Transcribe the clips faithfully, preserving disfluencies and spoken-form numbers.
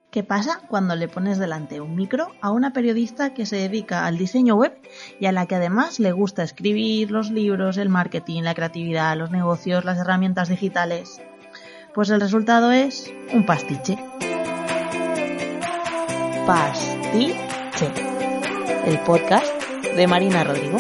¿Qué pasa cuando le pones delante un micro a una periodista que se dedica al diseño web y a la que además le gusta escribir los libros, el marketing, la creatividad, los negocios, las herramientas digitales? Pues el resultado es un pastiche. Pastiche, el podcast de Marina Rodrigo.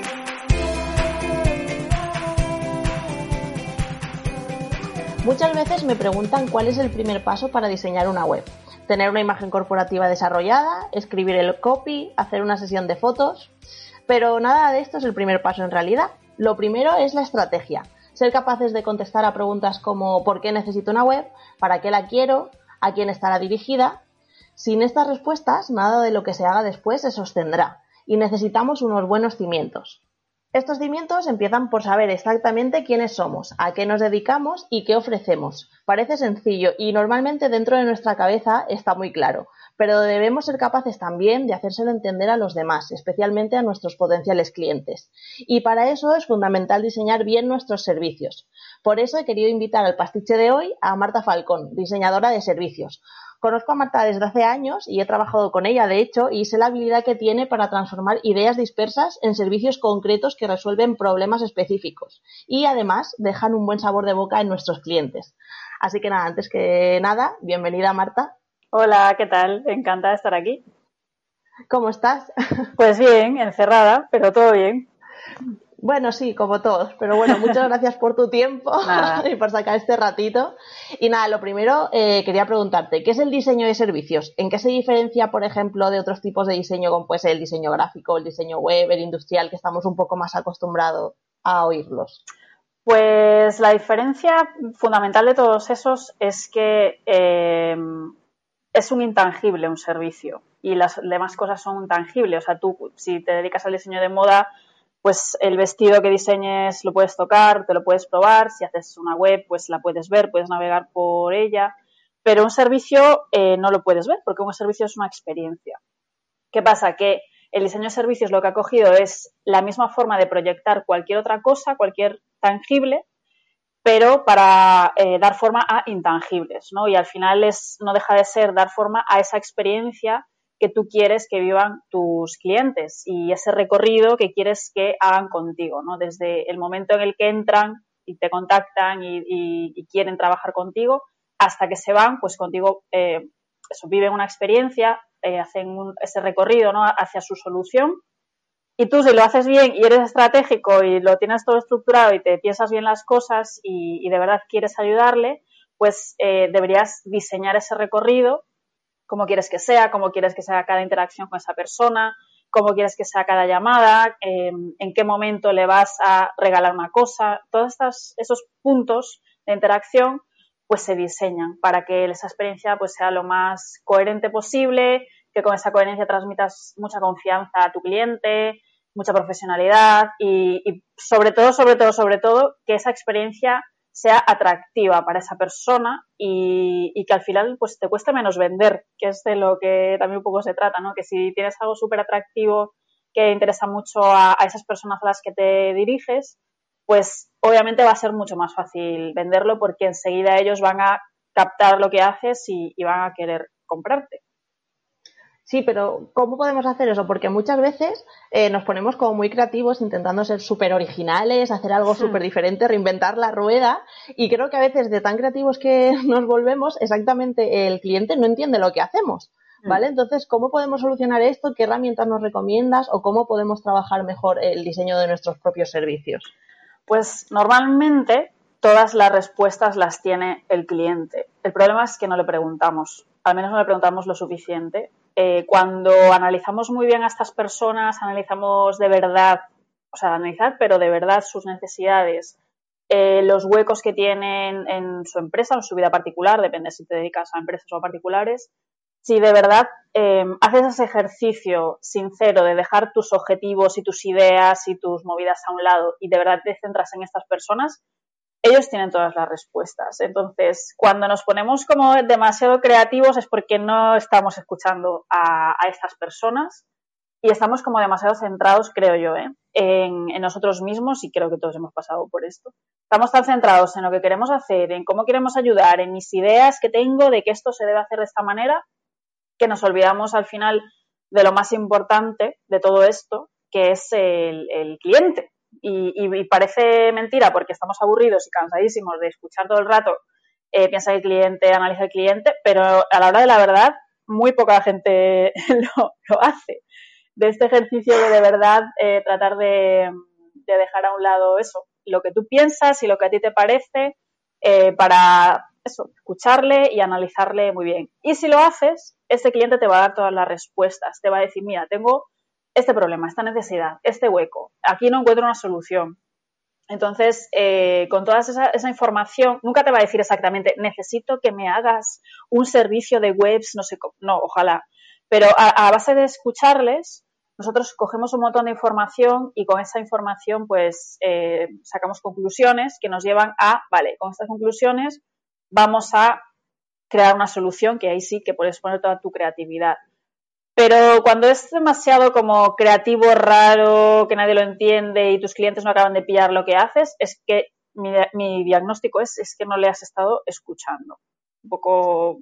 Muchas veces me preguntan cuál es el primer paso para diseñar una web. Tener una imagen corporativa desarrollada, escribir el copy, hacer una sesión de fotos. Pero nada de esto es el primer paso en realidad. Lo primero es la estrategia. Ser capaces de contestar a preguntas como ¿por qué necesito una web? ¿Para qué la quiero? ¿A quién estará dirigida? Sin estas respuestas, nada de lo que se haga después se sostendrá. Y necesitamos unos buenos cimientos. Estos cimientos empiezan por saber exactamente quiénes somos, a qué nos dedicamos y qué ofrecemos. Parece sencillo y normalmente dentro de nuestra cabeza está muy claro, pero debemos ser capaces también de hacérselo entender a los demás, especialmente a nuestros potenciales clientes. Y para eso es fundamental diseñar bien nuestros servicios. Por eso he querido invitar al pastiche de hoy a Marta Falcón, diseñadora de servicios. Conozco a Marta desde hace años y he trabajado con ella, de hecho, y sé la habilidad que tiene para transformar ideas dispersas en servicios concretos que resuelven problemas específicos y además dejan un buen sabor de boca en nuestros clientes. Así que nada, antes que nada, bienvenida Marta. Hola, ¿qué tal? Encantada de estar aquí. ¿Cómo estás? Pues bien, encerrada, pero todo bien. Bueno, sí, como todos, pero bueno, muchas gracias por tu tiempo y por sacar este ratito. Y nada, lo primero, eh, quería preguntarte, ¿qué es el diseño de servicios? ¿En qué se diferencia, por ejemplo, de otros tipos de diseño, como puede ser el diseño gráfico, el diseño web, el industrial, que estamos un poco más acostumbrados a oírlos? Pues la diferencia fundamental de todos esos es que eh, es un intangible un servicio y las demás cosas son tangibles. O sea, tú, si te dedicas al diseño de moda, pues el vestido que diseñes lo puedes tocar, te lo puedes probar. Si haces una web, pues la puedes ver, puedes navegar por ella. Pero un servicio eh, no lo puedes ver porque un servicio es una experiencia. ¿Qué pasa? Que el diseño de servicios lo que ha cogido es la misma forma de proyectar cualquier otra cosa, cualquier tangible, pero para eh, dar forma a intangibles, ¿no? Y al final es, no deja de ser dar forma a esa experiencia que tú quieres que vivan tus clientes y ese recorrido que quieres que hagan contigo, ¿no? Desde el momento en el que entran y te contactan y, y, y quieren trabajar contigo hasta que se van, pues contigo eh, eso, viven una experiencia, eh, hacen un, ese recorrido, ¿no? Hacia su solución. Y tú, si lo haces bien y eres estratégico y lo tienes todo estructurado y te piensas bien las cosas y, y de verdad quieres ayudarle, pues eh, deberías diseñar ese recorrido, cómo quieres que sea, cómo quieres que sea cada interacción con esa persona, cómo quieres que sea cada llamada, eh, en qué momento le vas a regalar una cosa. Todos estos, esos puntos de interacción pues se diseñan para que esa experiencia pues sea lo más coherente posible, que con esa coherencia transmitas mucha confianza a tu cliente, mucha profesionalidad y, y sobre todo, sobre todo, sobre todo, que esa experiencia sea atractiva para esa persona y, y que al final pues te cueste menos vender, que es de lo que también un poco se trata, ¿no? Que si tienes algo súper atractivo que interesa mucho a, a esas personas a las que te diriges, pues obviamente va a ser mucho más fácil venderlo porque enseguida ellos van a captar lo que haces y, y van a querer comprarte. Sí, pero ¿cómo podemos hacer eso? Porque muchas veces eh, nos ponemos como muy creativos intentando ser súper originales, hacer algo Sí. súper diferente, reinventar la rueda y creo que a veces de tan creativos que nos volvemos, exactamente el cliente no entiende lo que hacemos, ¿vale? Mm. Entonces, ¿cómo podemos solucionar esto? ¿Qué herramientas nos recomiendas? ¿O cómo podemos trabajar mejor el diseño de nuestros propios servicios? Pues normalmente todas las respuestas las tiene el cliente. El problema es que no le preguntamos, al menos no le preguntamos lo suficiente. Eh, cuando analizamos muy bien a estas personas, analizamos de verdad, o sea, analizar, pero de verdad sus necesidades, eh, los huecos que tienen en su empresa, en su vida particular, depende si te dedicas a empresas o a particulares, si de verdad eh, haces ese ejercicio sincero de dejar tus objetivos y tus ideas y tus movidas a un lado y de verdad te centras en estas personas, ellos tienen todas las respuestas. Entonces, cuando nos ponemos como demasiado creativos es porque no estamos escuchando a, a estas personas y estamos como demasiado centrados, creo yo, ¿eh? en, en nosotros mismos y creo que todos hemos pasado por esto. Estamos tan centrados en lo que queremos hacer, en cómo queremos ayudar, en mis ideas que tengo de que esto se debe hacer de esta manera, que nos olvidamos al final de lo más importante de todo esto, que es el, el cliente. Y, y, y parece mentira porque estamos aburridos y cansadísimos de escuchar todo el rato, eh, piensa el cliente, analiza el cliente, pero a la hora de la verdad muy poca gente lo, lo hace. De este ejercicio de de verdad eh, tratar de, de dejar a un lado eso, lo que tú piensas y lo que a ti te parece, eh, para eso, escucharle y analizarle muy bien. Y si lo haces, este cliente te va a dar todas las respuestas, te va a decir, mira, tengo este problema, esta necesidad, este hueco, aquí no encuentro una solución. Entonces, eh, con toda esa, esa información, nunca te va a decir exactamente, necesito que me hagas un servicio de webs, no sé cómo, no, ojalá. Pero a, a base de escucharles, nosotros cogemos un montón de información y con esa información, pues, eh, sacamos conclusiones que nos llevan a, vale, con estas conclusiones vamos a crear una solución que ahí sí que puedes poner toda tu creatividad. Pero cuando es demasiado como creativo, raro, que nadie lo entiende y tus clientes no acaban de pillar lo que haces, es que mi, mi diagnóstico es, es que no le has estado escuchando. Un poco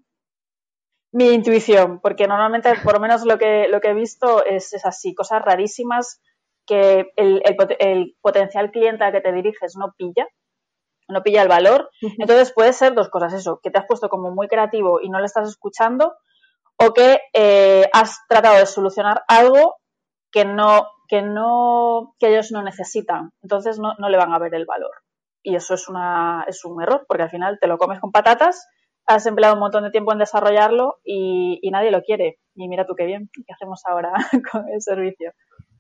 mi intuición, porque normalmente, por lo menos lo que, lo que he visto es, es así, cosas rarísimas que el, el, el potencial cliente al que te diriges no pilla, no pilla el valor. Entonces puede ser dos cosas, eso, que te has puesto como muy creativo y no le estás escuchando, o que eh, has tratado de solucionar algo que no, que no, que ellos no necesitan. Entonces no, no le van a ver el valor. Y eso es una, es un error, porque al final te lo comes con patatas, has empleado un montón de tiempo en desarrollarlo y, y nadie lo quiere. Y mira tú qué bien, ¿qué hacemos ahora con el servicio?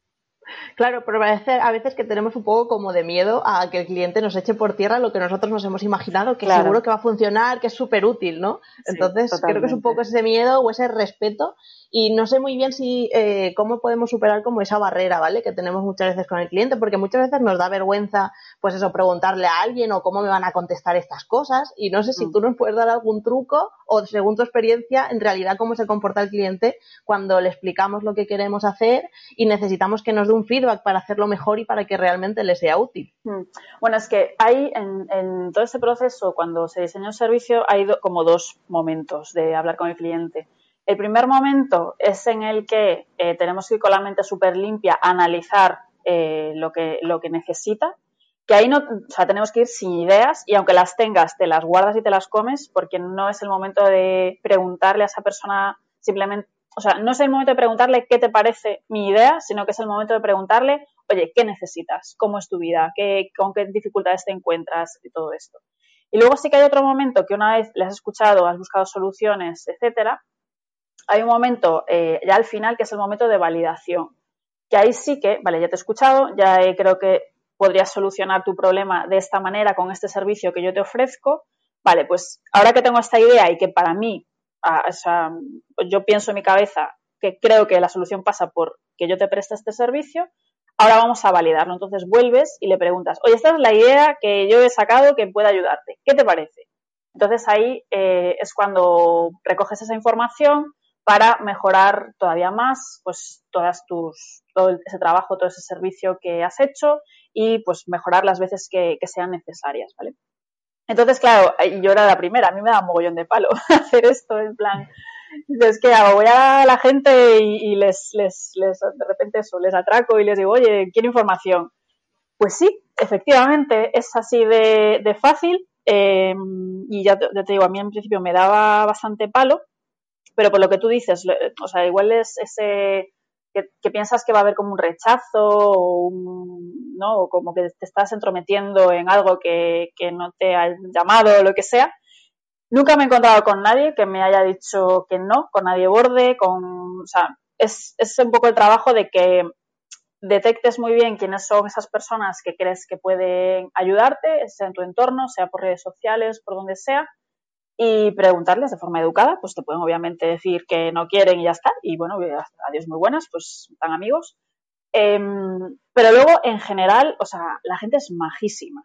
Claro, pero parece a veces que tenemos un poco como de miedo a que el cliente nos eche por tierra lo que nosotros nos hemos imaginado, que claro, seguro que va a funcionar, que es súper útil, ¿no? Sí, entonces totalmente. Creo que es un poco ese miedo o ese respeto, y no sé muy bien si eh, cómo podemos superar como esa barrera, ¿vale? Que tenemos muchas veces con el cliente, porque muchas veces nos da vergüenza, pues eso, preguntarle a alguien o cómo me van a contestar estas cosas, y no sé si mm. tú nos puedes dar algún truco o, según tu experiencia, en realidad cómo se comporta el cliente cuando le explicamos lo que queremos hacer y necesitamos que nos dé un feedback para hacerlo mejor y para que realmente le sea útil. Bueno, es que hay en, en todo este proceso, cuando se diseña un servicio, hay do, como dos momentos de hablar con el cliente. El primer momento es en el que eh, tenemos que ir con la mente súper limpia a analizar eh, lo que, lo que necesita, que ahí no, o sea, tenemos que ir sin ideas, y aunque las tengas, te las guardas y te las comes, porque no es el momento de preguntarle a esa persona simplemente, o sea, no es el momento de preguntarle qué te parece mi idea, sino que es el momento de preguntarle, oye, ¿qué necesitas? ¿Cómo es tu vida? ¿Qué, ¿Con qué dificultades te encuentras? Y todo esto. Y luego sí que hay otro momento que una vez le has escuchado, has buscado soluciones, etcétera, hay un momento eh, ya al final que es el momento de validación. Que ahí sí que, vale, ya te he escuchado, ya eh, creo que podrías solucionar tu problema de esta manera con este servicio que yo te ofrezco. Vale, pues ahora que tengo esta idea y que para mí, ah, o sea, yo pienso en mi cabeza que creo que la solución pasa por que yo te preste este servicio, ahora vamos a validarlo. Entonces vuelves y le preguntas, oye, esta es la idea que yo he sacado que puede ayudarte, ¿qué te parece? Entonces ahí eh, es cuando recoges esa información para mejorar todavía más, pues, todas tus, todo ese trabajo, todo ese servicio que has hecho, y pues mejorar las veces que, que sean necesarias, ¿vale? Entonces, claro, yo era la primera, a mí me da un mogollón de palo hacer esto, en plan, es que hago, voy a la gente y, y les, les, les, de repente eso, les atraco y les digo, oye, quiero información. Pues sí, efectivamente, es así de, de fácil, eh, y ya te, ya te digo, a mí en principio me daba bastante palo, pero por lo que tú dices, o sea, igual es ese que, que piensas que va a haber como un rechazo o un, ¿no? O como que te estás entrometiendo en algo que, que no te ha llamado o lo que sea. Nunca me he encontrado con nadie que me haya dicho que no, con nadie borde, con, o sea, es, es un poco el trabajo de que detectes muy bien quiénes son esas personas que crees que pueden ayudarte, sea en tu entorno, sea por redes sociales, por donde sea, y preguntarles de forma educada, pues te pueden obviamente decir que no quieren y ya está, y bueno, adiós muy buenas, pues están amigos. Eh, pero luego, en general, o sea, la gente es majísima,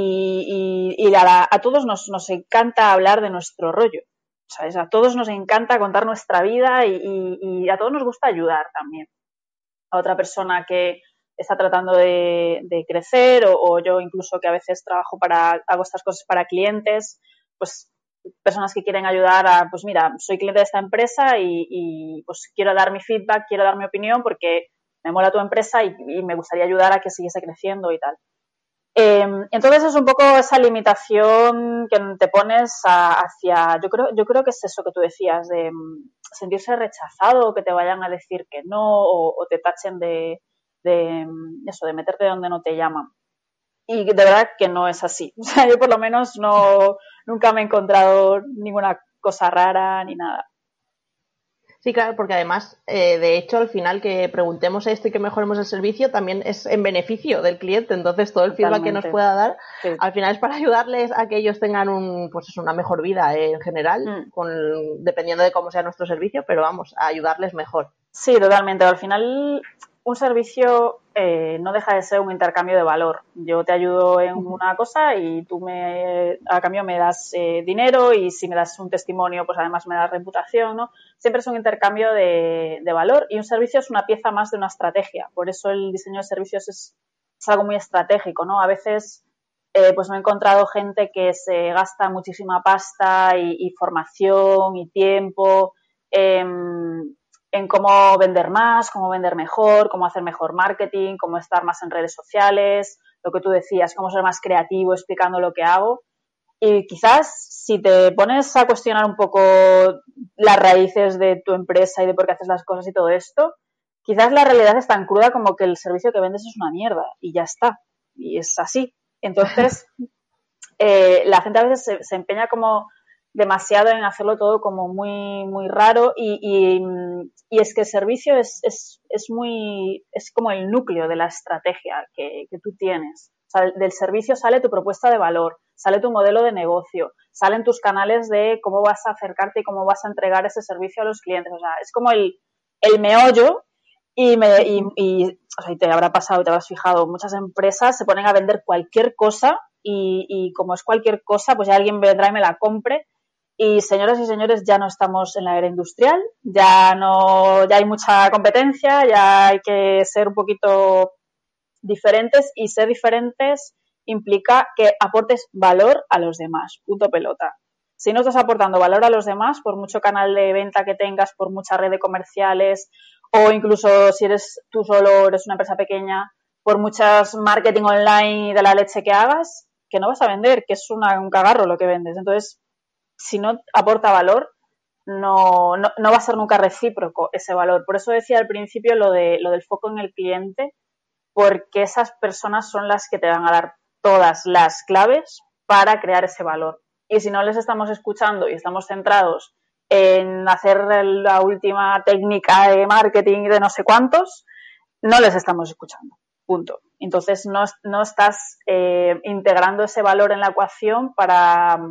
y, y, y a, a todos nos, nos encanta hablar de nuestro rollo, ¿sabes? A todos nos encanta contar nuestra vida, y, y, y a todos nos gusta ayudar también a otra persona que está tratando de, de crecer, o, o yo incluso que a veces trabajo para, hago estas cosas para clientes, pues personas que quieren ayudar a, pues mira, soy cliente de esta empresa y, y pues quiero dar mi feedback, quiero dar mi opinión porque me mola tu empresa y, y me gustaría ayudar a que siguiese creciendo y tal. Eh, entonces es un poco esa limitación que te pones a, hacia, yo creo, yo creo que es eso que tú decías, de um, sentirse rechazado o que te vayan a decir que no o, o te tachen de, de eso, de meterte donde no te llaman. Y de verdad que no es así. O sea, yo por lo menos no, nunca me he encontrado ninguna cosa rara ni nada. Sí, claro, porque además, eh, de hecho, al final que preguntemos esto y que mejoremos el servicio también es en beneficio del cliente. Entonces, todo el feedback que nos pueda dar, sí, al final es para ayudarles a que ellos tengan un, pues eso, una mejor vida eh, en general, mm. con, dependiendo de cómo sea nuestro servicio, pero vamos, a ayudarles mejor. Sí, totalmente. Al final, un servicio eh, no deja de ser un intercambio de valor. Yo te ayudo en una cosa y tú me, a cambio me das eh, dinero, y si me das un testimonio, pues además me das reputación, ¿no? Siempre es un intercambio de, de valor, y un servicio es una pieza más de una estrategia. Por eso el diseño de servicios es, es algo muy estratégico, ¿no? A veces eh, pues me he encontrado gente que se gasta muchísima pasta y, y formación y tiempo eh, en cómo vender más, cómo vender mejor, cómo hacer mejor marketing, cómo estar más en redes sociales, lo que tú decías, cómo ser más creativo explicando lo que hago. Y quizás si te pones a cuestionar un poco las raíces de tu empresa y de por qué haces las cosas y todo esto, quizás la realidad es tan cruda como que el servicio que vendes es una mierda y ya está. Y es así. Entonces, eh, la gente a veces se, se empeña como demasiado en hacerlo todo como muy muy raro, y, y, y es que el servicio es, es, es muy es como el núcleo de la estrategia que, que tú tienes. O sea, del servicio sale tu propuesta de valor, sale tu modelo de negocio, salen tus canales de cómo vas a acercarte y cómo vas a entregar ese servicio a los clientes. O sea, es como el, el meollo. Y, me, y, y, o sea, y te habrá pasado, te habrás fijado, muchas empresas se ponen a vender cualquier cosa, y, y como es cualquier cosa, pues ya alguien vendrá y me la compre. Y señoras y señores, ya no estamos en la era industrial, ya no, ya hay mucha competencia, ya hay que ser un poquito diferentes, y ser diferentes implica que aportes valor a los demás, punto pelota. Si no estás aportando valor a los demás, por mucho canal de venta que tengas, por mucha red de comerciales, o incluso si eres tú solo, eres una empresa pequeña, por muchas marketing online de la leche que hagas, que no vas a vender, que es una, un cagarro lo que vendes. Entonces, si no aporta valor, no, no, no va a ser nunca recíproco ese valor. Por eso decía al principio lo, de, lo del foco en el cliente, porque esas personas son las que te van a dar todas las claves para crear ese valor. Y si no les estamos escuchando y estamos centrados en hacer la última técnica de marketing de no sé cuántos, no les estamos escuchando. Punto. Entonces no, no estás eh, integrando ese valor en la ecuación para,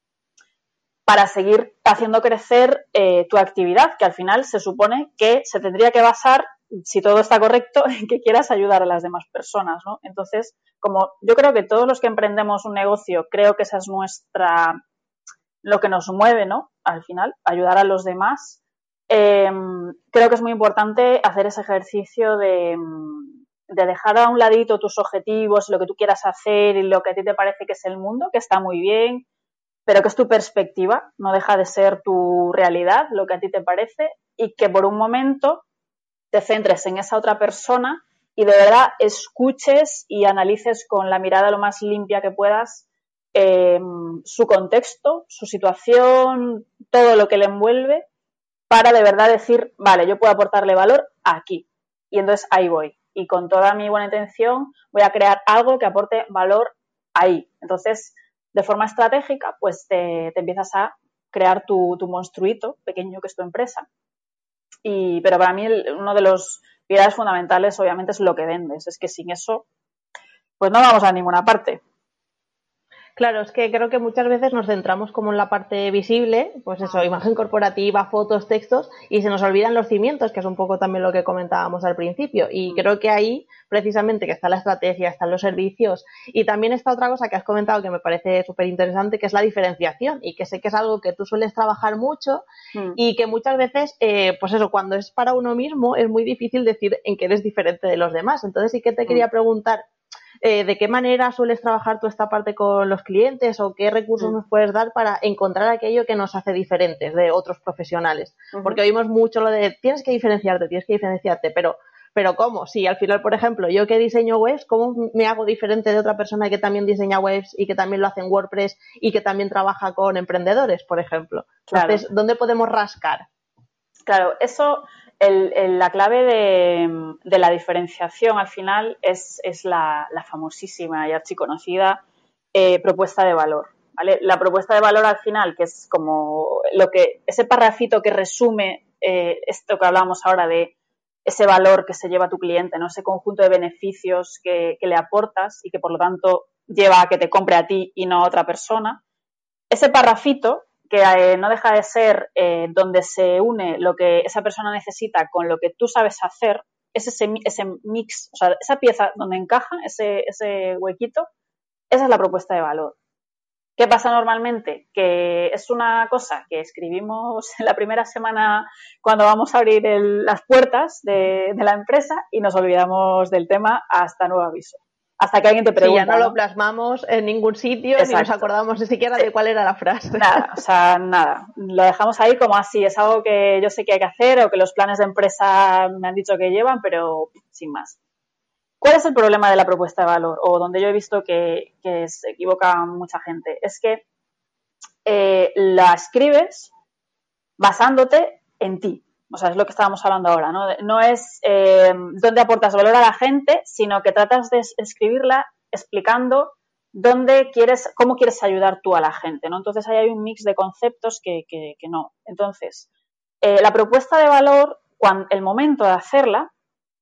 para seguir haciendo crecer eh, tu actividad, que al final se supone que se tendría que basar, si todo está correcto, en que quieras ayudar a las demás personas, ¿no? Entonces, como yo creo que todos los que emprendemos un negocio, creo que esa es nuestra, lo que nos mueve, ¿no? Al final, ayudar a los demás. Eh, creo que es muy importante hacer ese ejercicio de, de dejar a un ladito tus objetivos, lo que tú quieras hacer y lo que a ti te parece que es el mundo, que está muy bien, pero que es tu perspectiva, no deja de ser tu realidad, lo que a ti te parece, y que por un momento te centres en esa otra persona y de verdad escuches y analices con la mirada lo más limpia que puedas eh, su contexto, su situación, todo lo que le envuelve, para de verdad decir, vale, yo puedo aportarle valor aquí. Y entonces ahí voy. Y con toda mi buena intención voy a crear algo que aporte valor ahí. Entonces, de forma estratégica, pues te, te empiezas a crear tu, tu monstruito pequeño que es tu empresa. Y, pero para mí el, uno de los pilares fundamentales obviamente es lo que vendes. Es que sin eso, pues no vamos a ninguna parte. Claro, es que creo que muchas veces nos centramos como en la parte visible, pues eso, imagen corporativa, fotos, textos, y se nos olvidan los cimientos, que es un poco también lo que comentábamos al principio. Y creo que ahí, precisamente, que está la estrategia, están los servicios, y también está otra cosa que has comentado que me parece súper interesante, que es la diferenciación, y que sé que es algo que tú sueles trabajar mucho, mm. y que muchas veces, eh, pues eso, cuando es para uno mismo, es muy difícil decir en qué eres diferente de los demás. Entonces sí que te quería preguntar, eh, ¿de qué manera sueles trabajar tú esta parte con los clientes o qué recursos mm. nos puedes dar para encontrar aquello que nos hace diferentes de otros profesionales? Uh-huh. Porque oímos mucho lo de tienes que diferenciarte, tienes que diferenciarte, pero ¿pero cómo? Si al final, por ejemplo, yo que diseño webs, ¿cómo me hago diferente de otra persona que también diseña webs y que también lo hace en WordPress y que también trabaja con emprendedores, por ejemplo? Claro. Entonces, ¿dónde podemos rascar? Claro, eso, el, el, la clave de, de la diferenciación al final es, es la, la famosísima y archiconocida eh, propuesta de valor, ¿vale? La propuesta de valor al final, que es como lo que, ese parrafito que resume eh, esto que hablamos ahora de ese valor que se lleva tu cliente, ¿no? Ese conjunto de beneficios que, que le aportas y que por lo tanto lleva a que te compre a ti y no a otra persona. Ese parrafito, que eh, no deja de ser eh, donde se une lo que esa persona necesita con lo que tú sabes hacer, es ese, ese mix, o sea, esa pieza donde encaja, ese, ese huequito, esa es la propuesta de valor. ¿Qué pasa normalmente? Que es una cosa que escribimos en la primera semana cuando vamos a abrir el, las puertas de, de la empresa y nos olvidamos del tema hasta nuevo aviso. Hasta que alguien te pregunta. Sí, ya no, ¿no? lo plasmamos en ningún sitio. Exacto. Ni nos acordamos ni siquiera de cuál era la frase. Nada, o sea, nada. Lo dejamos ahí como así, es algo que yo sé que hay que hacer o que los planes de empresa me han dicho que llevan, pero sin más. ¿Cuál es el problema de la propuesta de valor? O donde yo he visto que, que se equivoca mucha gente. Es que eh, la escribes basándote en ti. O sea, es lo que estábamos hablando ahora, ¿no? No es eh, dónde aportas valor a la gente, sino que tratas de escribirla explicando dónde quieres, cómo quieres ayudar tú a la gente, ¿no? Entonces ahí hay un mix de conceptos que, que, que no. Entonces, eh, la propuesta de valor, cuando el momento de hacerla,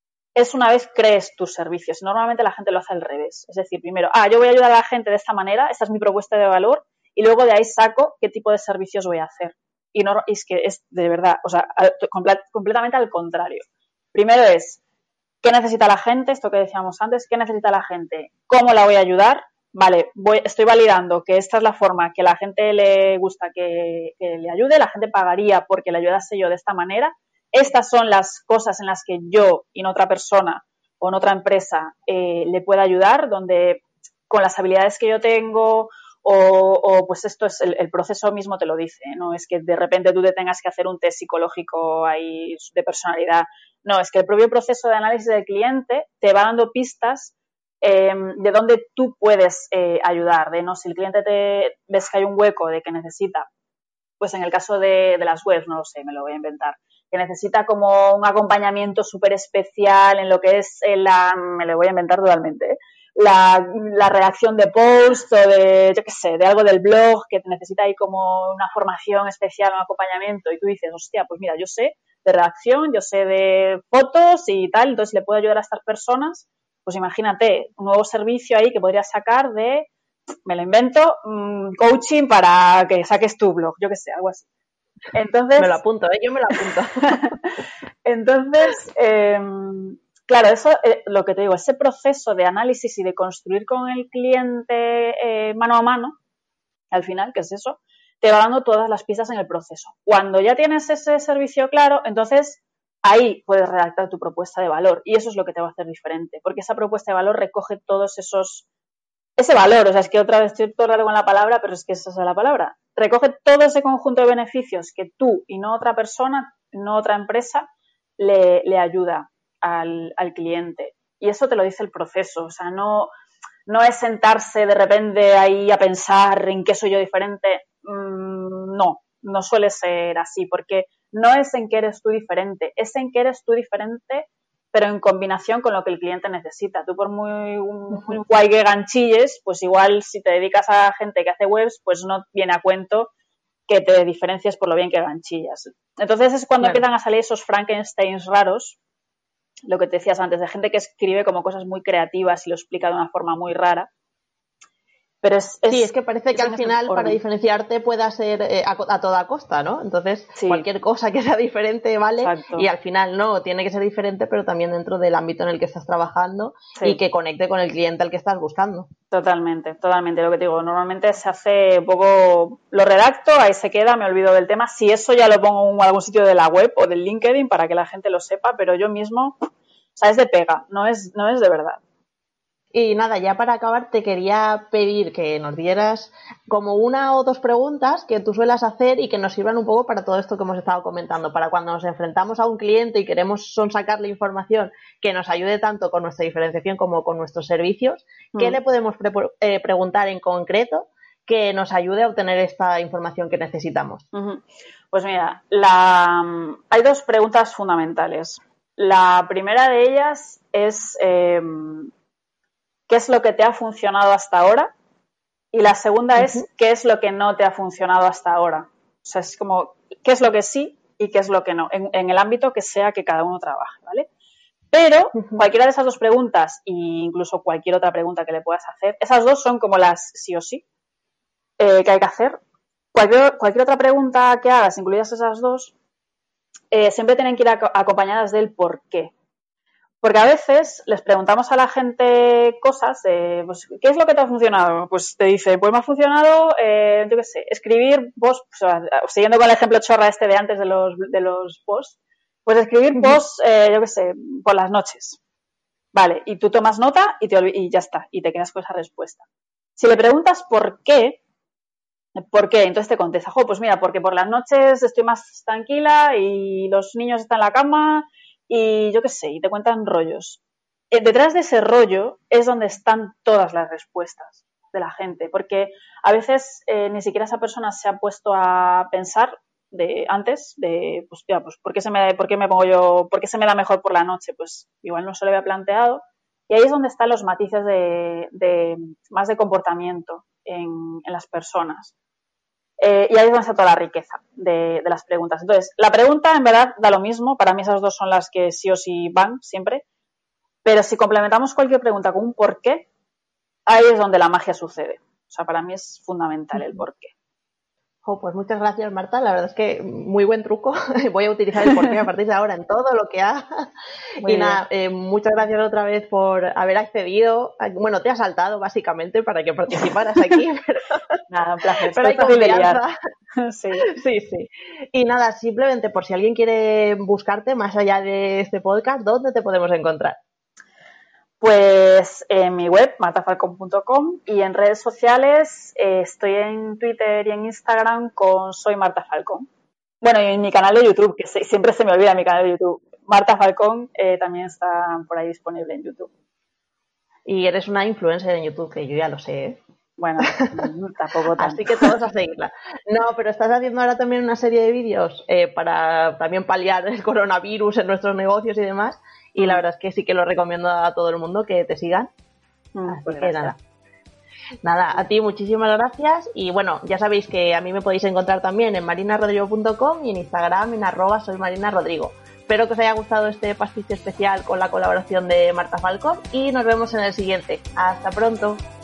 es una vez crees tus servicios. Normalmente la gente lo hace al revés. Es decir, primero, ah, yo voy a ayudar a la gente de esta manera, esta es mi propuesta de valor, y luego de ahí saco qué tipo de servicios voy a hacer. Y no, es que es de verdad, o sea, completamente al contrario. Primero es, ¿qué necesita la gente? Esto que decíamos antes, ¿qué necesita la gente? ¿Cómo la voy a ayudar? Vale, voy, estoy validando que esta es la forma que a la gente le gusta que, que le ayude, la gente pagaría porque le ayudase yo de esta manera. Estas son las cosas en las que yo y no otra persona o en otra empresa eh, le pueda ayudar, donde con las habilidades que yo tengo o, o pues esto es el, el proceso mismo te lo dice, no es que de repente tú te tengas que hacer un test psicológico ahí de personalidad, no, es que el propio proceso de análisis del cliente te va dando pistas eh, de dónde tú puedes eh, ayudar, de no, si el cliente te ves que hay un hueco de que necesita, pues en el caso de, de las webs, no lo sé, me lo voy a inventar, que necesita como un acompañamiento súper especial en lo que es la, me lo voy a inventar totalmente, ¿eh? la, la redacción de post o de, yo qué sé, de algo del blog que necesita ahí como una formación especial, un acompañamiento y tú dices, hostia, pues mira, yo sé de redacción, yo sé de fotos y tal, entonces le puedo ayudar a estas personas, pues imagínate, un nuevo servicio ahí que podrías sacar de, me lo invento, um, coaching para que saques tu blog, yo qué sé, algo así. Entonces, me lo apunto, ¿eh? Yo me lo apunto. Entonces, eh, claro, eso eh, lo que te digo, ese proceso de análisis y de construir con el cliente eh, mano a mano, al final, ¿qué es eso? Te va dando todas las pistas en el proceso. Cuando ya tienes ese servicio claro, entonces ahí puedes redactar tu propuesta de valor y eso es lo que te va a hacer diferente, porque esa propuesta de valor recoge todos esos, ese valor, o sea, es que otra vez estoy todo raro con la palabra, pero es que esa es la palabra. Recoge todo ese conjunto de beneficios que tú y no otra persona, no otra empresa, le, le ayuda al, al cliente. Y eso te lo dice el proceso, o sea, no, no es sentarse de repente ahí a pensar en qué soy yo diferente. Mm, no, no suele ser así, porque no es en qué eres tú diferente, es en qué eres tú diferente, pero en combinación con lo que el cliente necesita. Tú por muy, muy guay que ganchilles, pues igual si te dedicas a gente que hace webs, pues no viene a cuento que te diferencies por lo bien que ganchillas. Entonces es cuando claro. empiezan a salir esos Frankensteins raros, lo que te decías antes, de gente que escribe como cosas muy creativas y lo explica de una forma muy rara. Pero es, es, sí, es que parece que al final para diferenciarte pueda ser eh, a, a toda costa, ¿no? Entonces, sí. cualquier cosa que sea diferente vale. Exacto. Y al final no, tiene que ser diferente, pero también dentro del ámbito en el que estás trabajando sí. y que conecte con el cliente al que estás buscando. Totalmente, totalmente. Lo que te digo, normalmente se hace un poco, lo redacto, ahí se queda, me olvido del tema. Si eso ya lo pongo en algún sitio de la web o del LinkedIn para que la gente lo sepa, pero yo mismo, o sea, es de pega, no es, no es de verdad. Y nada, ya para acabar te quería pedir que nos dieras como una o dos preguntas que tú suelas hacer y que nos sirvan un poco para todo esto que hemos estado comentando, para cuando nos enfrentamos a un cliente y queremos sonsacarle información que nos ayude tanto con nuestra diferenciación como con nuestros servicios, mm. ¿qué le podemos pre- eh, preguntar en concreto que nos ayude a obtener esta información que necesitamos? Uh-huh. Pues mira, la... hay dos preguntas fundamentales. La primera de ellas es... Eh... ¿qué es lo que te ha funcionado hasta ahora? Y la segunda uh-huh. es, ¿qué es lo que no te ha funcionado hasta ahora? O sea, es como, ¿qué es lo que sí y qué es lo que no? En, en el ámbito que sea que cada uno trabaje, ¿vale? Pero uh-huh. cualquiera de esas dos preguntas, e incluso cualquier otra pregunta que le puedas hacer, esas dos son como las sí o sí eh, que hay que hacer. Cualquier, cualquier otra pregunta que hagas, incluidas esas dos, eh, siempre tienen que ir ac- acompañadas del por qué. Porque a veces les preguntamos a la gente cosas, de, pues, ¿qué es lo que te ha funcionado? Pues te dice, pues me ha funcionado, eh, yo qué sé, escribir posts, o sea, siguiendo con el ejemplo chorra este de antes de los, de los posts, pues escribir uh-huh. posts, eh, yo qué sé, por las noches. Vale, y tú tomas nota y, te olv- y ya está, y te quedas con esa respuesta. Si le preguntas por qué, ¿por qué? Entonces te contesta, jo, pues mira, porque por las noches estoy más tranquila y los niños están en la cama y yo qué sé, y te cuentan rollos. Eh, detrás de ese rollo es donde están todas las respuestas de la gente, porque a veces eh, ni siquiera esa persona se ha puesto a pensar de antes, de, pues, mira, pues, ¿por qué se me, por qué me pongo yo, por qué se me da mejor por la noche? Pues igual no se lo había planteado. Y ahí es donde están los matices de, de más de comportamiento en, en las personas. Eh, y ahí es donde está toda la riqueza de, de las preguntas. Entonces, la pregunta en verdad da lo mismo. Para mí esas dos son las que sí o sí van siempre. Pero si complementamos cualquier pregunta con un por qué, ahí es donde la magia sucede. O sea, para mí es fundamental el por qué. Oh, pues muchas gracias, Marta. La verdad es que muy buen truco. Voy a utilizar el porqué a partir de ahora en todo lo que haga. Muy y bien. Nada, eh, muchas gracias otra vez por haber accedido. Bueno, te has saltado básicamente para que participaras aquí. Pero... Nada, un placer. Pero hay confianza. Sí. sí, sí. Y nada, simplemente por si alguien quiere buscarte más allá de este podcast, ¿dónde te podemos encontrar? Pues en mi web, marta falcón punto com, y en redes sociales eh, estoy en Twitter y en Instagram con Soy Marta Falcón. Bueno, y en mi canal de YouTube, que se, siempre se me olvida mi canal de YouTube. Marta Falcón eh, también está por ahí disponible en YouTube. Y eres una influencer en YouTube, que yo ya lo sé, ¿eh? Bueno, tampoco tanto. Así que todos a seguirla. No, pero estás haciendo ahora también una serie de vídeos eh, para también paliar el coronavirus en nuestros negocios y demás. Y la verdad es que sí que lo recomiendo a todo el mundo que te sigan. Mm, Así pues que gracias. nada. Nada, a ti muchísimas gracias. Y bueno, ya sabéis que a mí me podéis encontrar también en marina rodrigo punto com y en Instagram en arroba soy Marina Rodrigo. Espero que os haya gustado este pastiche especial con la colaboración de Marta Falcón y nos vemos en el siguiente. Hasta pronto.